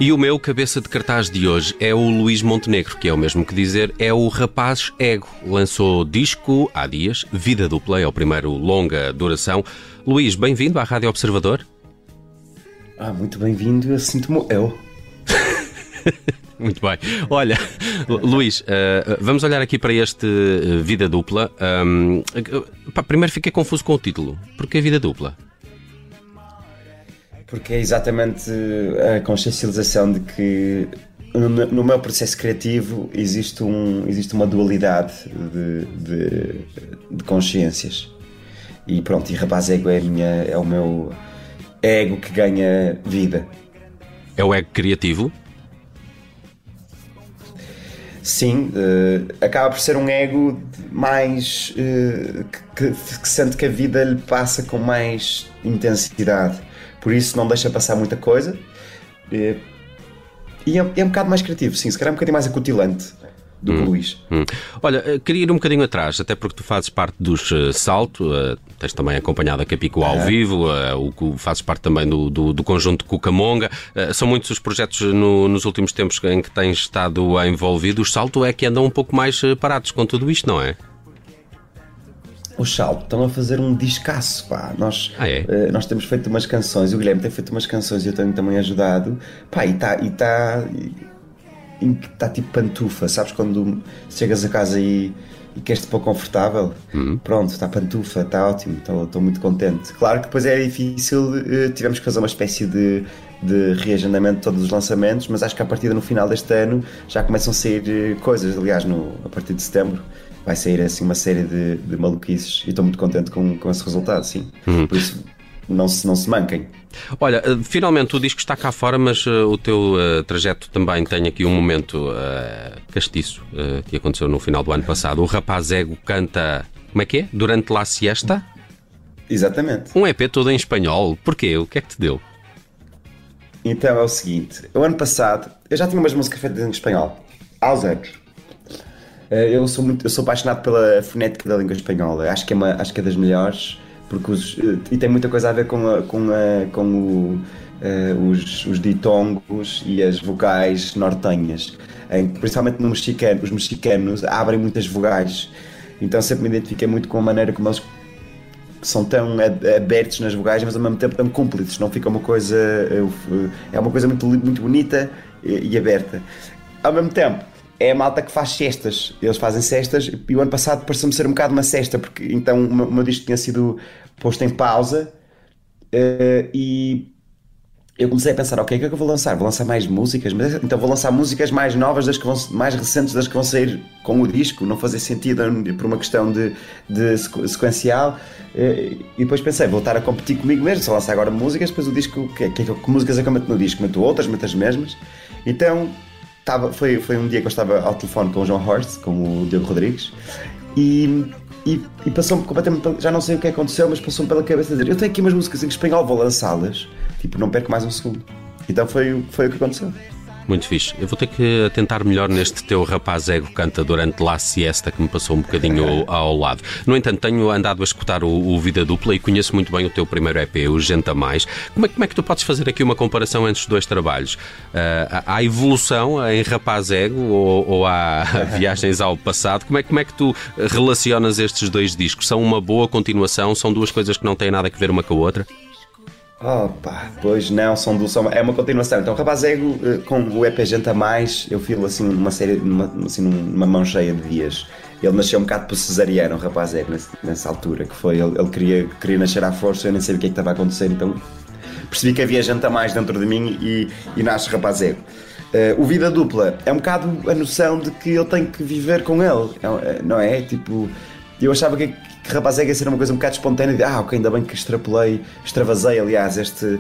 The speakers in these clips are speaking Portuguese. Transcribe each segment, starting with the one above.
E o meu cabeça de cartaz de hoje é o Luís Montenegro, que é o mesmo que dizer, é o rapaz ego. Lançou disco há dias, Vida Dupla, é o primeiro longa duração. Luís, bem-vindo à Rádio Observador. Muito bem-vindo, eu sinto-me eu. Muito bem. Olha, Luís, vamos olhar aqui para este Vida Dupla. Primeiro fiquei confuso com o título. Porquê Vida Dupla? Porque é exatamente a consciencialização de que no meu processo criativo existe uma dualidade de consciências. E pronto, e rapaz ego é o meu ego que ganha vida. É o ego criativo? Sim, acaba por ser um ego mais que sente que a vida lhe passa com mais intensidade, por isso não deixa passar muita coisa e é um bocado mais criativo, sim, se calhar um bocadinho mais acutilante do que o Luís. Olha, queria ir um bocadinho atrás, até porque tu fazes parte dos Salto, tens também acompanhado a Capicua ao vivo, fazes parte também do conjunto Cucamonga. São muitos os projetos nos últimos tempos em que tens estado envolvido. Os Salto é que andam um pouco mais parados com tudo isto, não é? Os Salto estão a fazer um discaço, pá. Nós temos feito umas canções, o Guilherme tem feito umas canções e eu tenho também ajudado, pá, e está tipo pantufa, sabes quando chegas a casa e queres-te pôr confortável? Pronto, está pantufa, está ótimo, estou muito contente. Claro que depois é difícil, tivemos que fazer uma espécie de reagendamento de todos os lançamentos, mas acho que a partir no final deste ano já começam a sair coisas, aliás a partir de setembro vai sair assim uma série de maluquices e estou muito contente com esse resultado, sim. Por isso não se manquem. Olha, finalmente o disco está cá fora, mas o teu trajeto também tem aqui um momento castiço que aconteceu no final do ano passado. O rapaz ego canta, como é que é? Durante la siesta? Exatamente. Um EP todo em espanhol. Porquê? O que é que te deu? Então é o seguinte, o ano passado eu já tinha umas músicas feitas em espanhol, há uns anos. Eu sou apaixonado pela fonética da língua espanhola, acho que é das melhores. Porque e tem muita coisa a ver com os ditongos e as vogais nortenhas, principalmente os mexicanos abrem muitas vogais, então sempre me identifiquei muito com a maneira como eles são tão abertos nas vogais, mas ao mesmo tempo tão cúmplices, não fica uma coisa, é uma coisa muito, muito bonita e aberta. Ao mesmo tempo é a malta que faz cestas, eles fazem cestas e o ano passado pareceu-me ser um bocado uma cesta, porque então o meu disco tinha sido posto em pausa e eu comecei a pensar, ok, o que é que eu vou lançar? Vou lançar mais músicas, mas então vou lançar músicas mais novas, mais recentes das que vão sair com o disco, não fazia sentido por uma questão de sequencial, e depois pensei, vou estar a competir comigo mesmo, se eu lançar agora músicas, depois o disco, que músicas é que eu meto no disco? Meto outras, meto as mesmas, então foi um dia que eu estava ao telefone com o João Horst, com o Diogo Rodrigues, e passou-me completamente, já não sei o que aconteceu, mas passou-me pela cabeça dizer, eu tenho aqui umas músicas em espanhol, vou lançá-las, tipo, não perco mais um segundo. Então foi o que aconteceu. Muito fixe. Eu vou ter que tentar melhor neste teu rapaz ego canta durante la siesta, que me passou um bocadinho ao lado. No entanto, tenho andado a escutar o Vida Dupla e conheço muito bem o teu primeiro EP, o Gente a Mais. Como é que tu podes fazer aqui uma comparação entre os dois trabalhos? Há evolução em rapaz ego ou há viagens ao passado? Como é que tu relacionas estes dois discos? São uma boa continuação? São duas coisas que não têm nada a ver uma com a outra? Pois não, é uma continuação. Então, Rapaz Ego, com o EP Gente a Mais, eu filo assim numa mão cheia de dias. Ele nasceu um bocado por cesariano, o Rapaz Ego, nessa altura, que foi, ele queria nascer à força, eu nem sabia o que é que estava a acontecer, então percebi que havia gente a mais dentro de mim e nasce Rapaz Ego. O Vida Dupla é um bocado a noção de que eu tenho que viver com ele, não é? Tipo, eu achava que Rapaz Ego ia ser uma coisa um bocado espontânea de, ok, ainda bem que extravasei, aliás,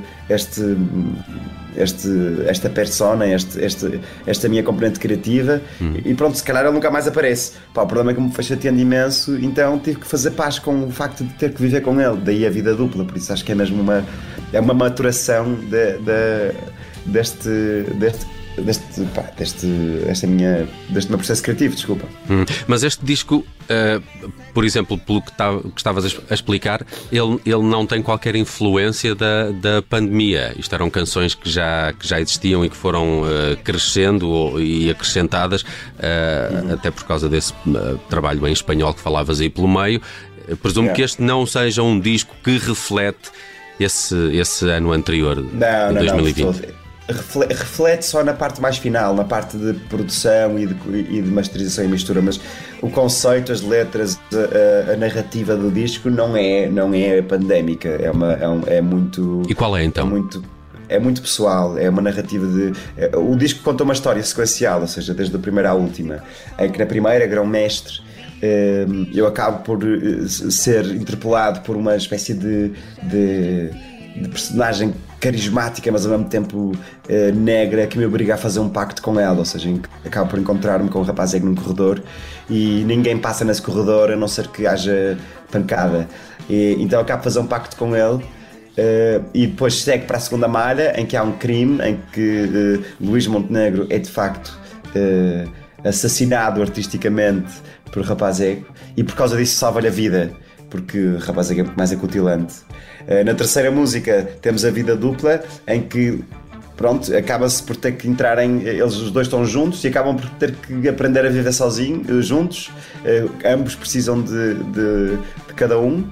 esta persona, esta minha componente criativa, e pronto, se calhar ele nunca mais aparece. O problema é que me foi chateando imenso, então tive que fazer paz com o facto de ter que viver com ele, daí a Vida Dupla, por isso acho que é mesmo uma maturação deste deste meu processo criativo, desculpa. Mas este disco, por exemplo, pelo que estavas a explicar, ele não tem qualquer influência da pandemia. Isto eram canções que já existiam e que foram crescendo e acrescentadas, até por causa desse trabalho em espanhol que falavas aí pelo meio. Presumo que este não seja um disco que reflete esse ano anterior, de 2020. Não. Reflete só na parte mais final, na parte de produção e de masterização e mistura, mas o conceito, as letras, a narrativa do disco não é pandémica, é muito... E qual é então? É muito pessoal, é uma narrativa o disco conta uma história sequencial, ou seja, desde a primeira à última, em que na primeira, Grão-Mestre, eu acabo por ser interpelado por uma espécie de personagem carismática, mas ao mesmo tempo negra, que me obriga a fazer um pacto com ela, ou seja, acabo por encontrar-me com um rapaz num corredor e ninguém passa nesse corredor a não ser que haja pancada, então acabo por fazer um pacto com ele. E depois segue para a segunda malha, em que há um crime, em que Luís Montenegro é de facto assassinado artisticamente por Rapazego, e por causa disso salva-lhe a vida, porque Rapazego é muito mais acutilante. Na terceira música temos a vida dupla, em que acaba-se por ter que eles os dois estão juntos e acabam por ter que aprender a viver sozinhos, juntos. Ambos precisam de cada um.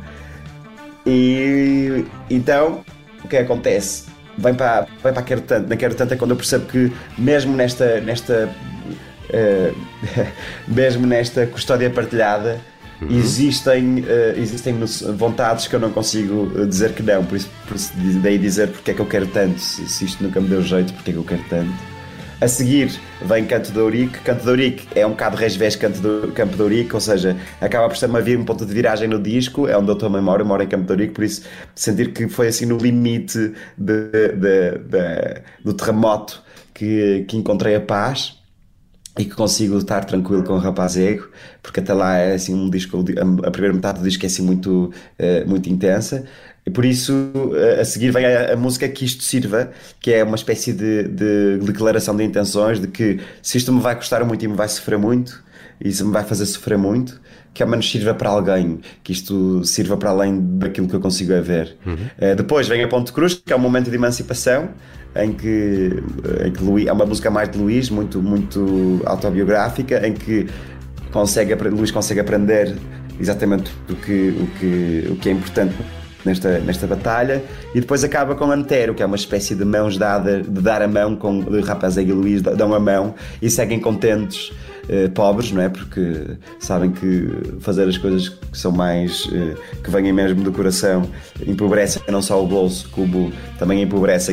E então o que acontece? Vem para Quero Tanto. Na Quero Tanto é quando eu percebo que mesmo mesmo nesta custódia partilhada, existem vontades que eu não consigo dizer que não, por isso daí dizer porque é que eu quero tanto, se isto nunca me deu jeito, porque é que eu quero tanto. A seguir vem Canto de Ourique. Canto de Ourique é um bocado resvés Campo de Ourique, ou seja, acaba por ser um ponto de viragem no disco, é onde eu estou a memória, moro em Campo de Ourique, por isso sentir que foi assim no limite do terremoto que encontrei a paz e que consigo estar tranquilo com o Rapazego, porque até lá é assim um disco, a primeira metade do disco é assim muito intensa. E por isso, a seguir vem a música Que Isto Sirva, que é uma espécie de declaração de intenções, de que se isto me vai custar muito e me vai sofrer muito, e se me vai fazer sofrer muito, que ao menos sirva para alguém, que isto sirva para além daquilo que eu consigo ver. Depois vem a Ponte Cruz, que é um momento de emancipação, em que é uma música mais de Luís, muito, muito autobiográfica, em que Luís consegue aprender exatamente o que é importante nesta batalha, e depois acaba com Antero, que é uma espécie de mãos dadas, de dar a mão, com Rapazego e Luís dão a mão e seguem contentes, pobres, não é? Porque sabem que fazer as coisas que são mais que venhem mesmo do coração empobrecem não só o bolso, como também empobrecem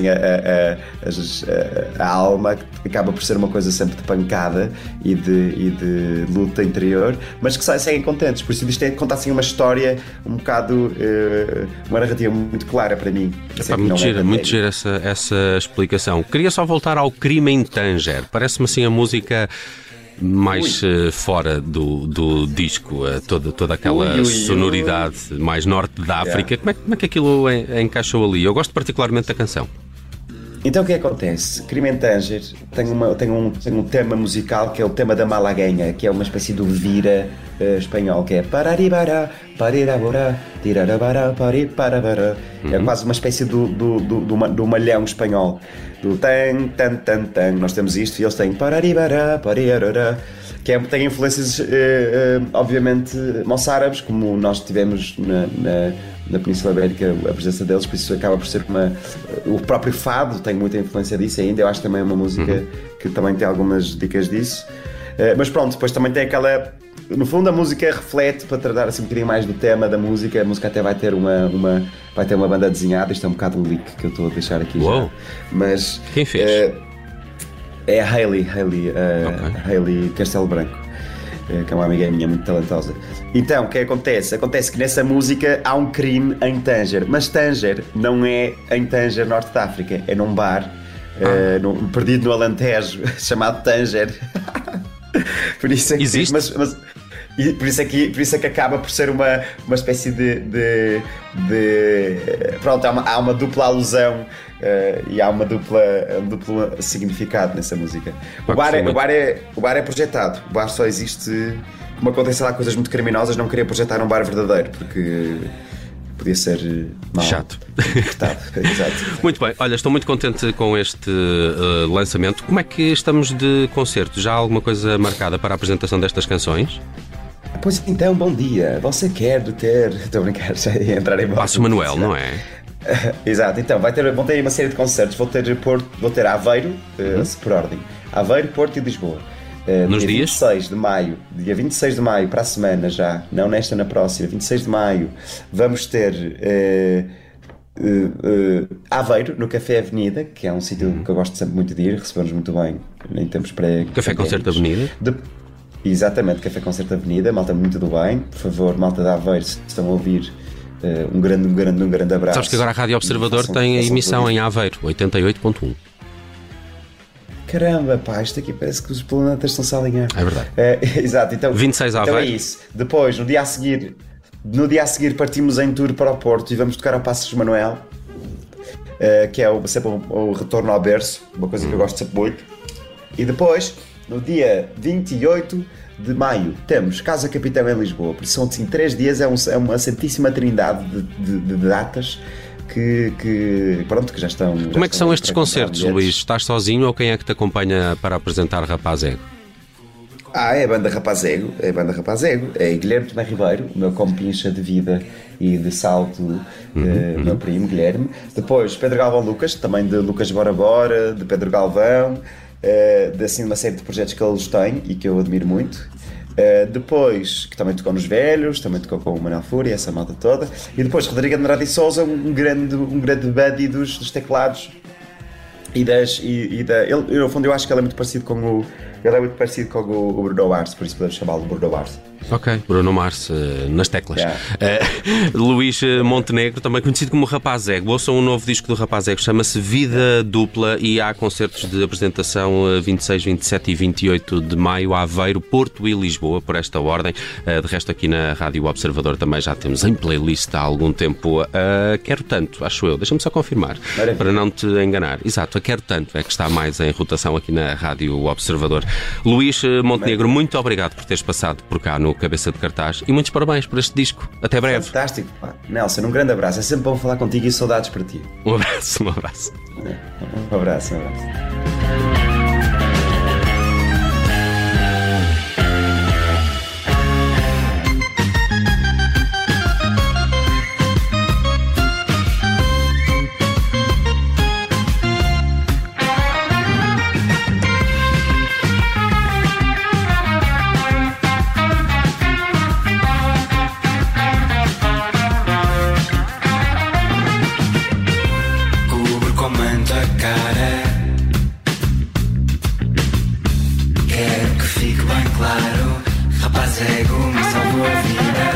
a alma, que acaba por ser uma coisa sempre de pancada e de luta interior, mas que seguem contentes. Por isso isto conta assim uma história um bocado, uma narrativa muito clara para mim. Muito gira essa explicação. Queria só voltar ao Crime em Tanger. Parece-me assim a música mais fora do disco, toda aquela sonoridade mais norte da África. Como é que aquilo encaixou ali? Eu gosto particularmente da canção. Então o que acontece? Crime em Tanger tem um tema musical que é o tema da Malaguenha, que é uma espécie do vira espanhol, que é pararibara, parirabora, tirarabara, pariparabara. É quase uma espécie do malhão espanhol, do tan, tan, tan, tan. Nós temos isto e eles têm pararibara, parirarara, que tem influências obviamente moçárabes, como nós tivemos na Península Ibérica a presença deles, por isso acaba por ser o próprio fado tem muita influência disso ainda. Eu acho que também é uma música que também tem algumas dicas disso, mas pronto, depois também tem aquela, no fundo a música reflete, para tratar assim um bocadinho mais do tema da música, a música até vai ter uma banda desenhada. Isto é um bocado um leak que eu estou a deixar aqui. Uou. Já, mas quem fez? É a Hayley Castelo Branco, que é uma amiga minha muito talentosa. Então, o que acontece? Acontece que nessa música há um crime em Tanger, mas Tanger não é em Tanger, norte da África, é num bar perdido no Alentejo chamado Tanger. Por isso é que, existe? Mas E por isso é que acaba por ser uma espécie de pronto, há uma dupla alusão e há um duplo significado nessa música. O bar é projetado. O bar só existe, como acontece lá coisas muito criminosas, não queria projetar um bar verdadeiro porque podia ser mal chato. Exato. Muito bem, olha, estou muito contente com este lançamento. Como é que estamos de concerto? Já há alguma coisa marcada para a apresentação destas canções? Pois então, bom dia. Você quer ter... Estou a brincar, já ia entrar em... Paços Manuel, não é? Exato, então vão ter aí uma série de concertos. Vou ter Aveiro, por ordem, Aveiro, Porto e Lisboa. Nos dia dias? 26 de maio, dia 26 de maio, para a semana já, não nesta, na próxima, 26 de maio, vamos ter Aveiro, no Café Avenida, que é um sítio que eu gosto sempre muito de ir, recebemos muito bem em tempos pré... Café Concerto Avenida? Exatamente, Café Concerto Avenida, malta muito do bem, por favor, malta de Aveiro, se estão a ouvir, um grande abraço. Sabes que agora a Rádio Observador tem a emissão em Aveiro, 88.1. Caramba, pá, isto aqui parece que os planetas estão-se a alinhar. É verdade. Exato, então 26 a então Aveiro. é isso. Depois, no dia a seguir partimos em tour para o Porto e vamos tocar ao Paços Manuel, que é sempre o retorno ao berço, uma coisa que eu gosto sempre muito. E depois, no dia 28 de maio, temos Casa Capitão em Lisboa. Por isso são assim 3 dias, é uma santíssima trindade de datas que já estão... Como é que são estes concertos, bilhetes. Luís? Estás sozinho ou quem é que te acompanha para apresentar Rapaz Ego? É a banda Rapaz Ego, é Guilherme Tomé Ribeiro, o meu compincha de vida e de salto, meu primo Guilherme. Depois Pedro Galvão Lucas, também de Lucas Bora Bora, de Pedro Galvão, de assim uma série de projetos que eles têm e que eu admiro muito. Depois, que também tocou nos Velhos, também tocou com o Manuel Fúria, essa malta toda. E depois Rodrigo Andrade e Sousa, um grande buddy dos teclados ele, no fundo, eu acho que ele é muito parecido com o Bruno Mars, por isso podemos chamá-lo de Bruno Mars. Ok, Bruno Mars nas teclas. Yeah. Luís Montenegro, também conhecido como Rapaz Ego. Ouçam um novo disco do Rapaz Ego, chama-se Vida Dupla e há concertos de apresentação 26, 27 e 28 de maio, Aveiro, Porto e Lisboa, por esta ordem. De resto, aqui na Rádio Observador também já temos em playlist há algum tempo. Quero Tanto, acho eu. Deixa-me só confirmar, para não te enganar. Exato, a Quero Tanto é que está mais em rotação aqui na Rádio Observador. Luís Montenegro, muito obrigado por teres passado por cá no Cabeça de Cartaz e muitos parabéns por este disco. Até breve. Fantástico. Nelson, um grande abraço. É sempre bom falar contigo e saudades para ti. Um abraço. Um abraço. Rapaz Ego me salvou a vida.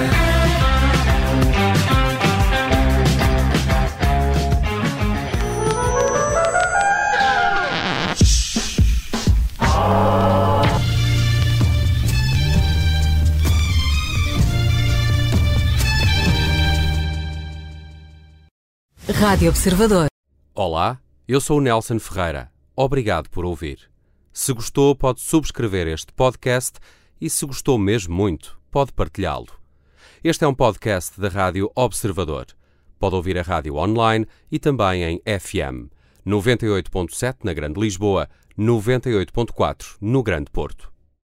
Rádio Observador. Olá, eu sou o Nelson Ferreira. Obrigado por ouvir. Se gostou, pode subscrever este podcast e, se gostou mesmo muito, pode partilhá-lo. Este é um podcast da Rádio Observador. Pode ouvir a rádio online e também em FM. 98.7 na Grande Lisboa, 98.4 no Grande Porto.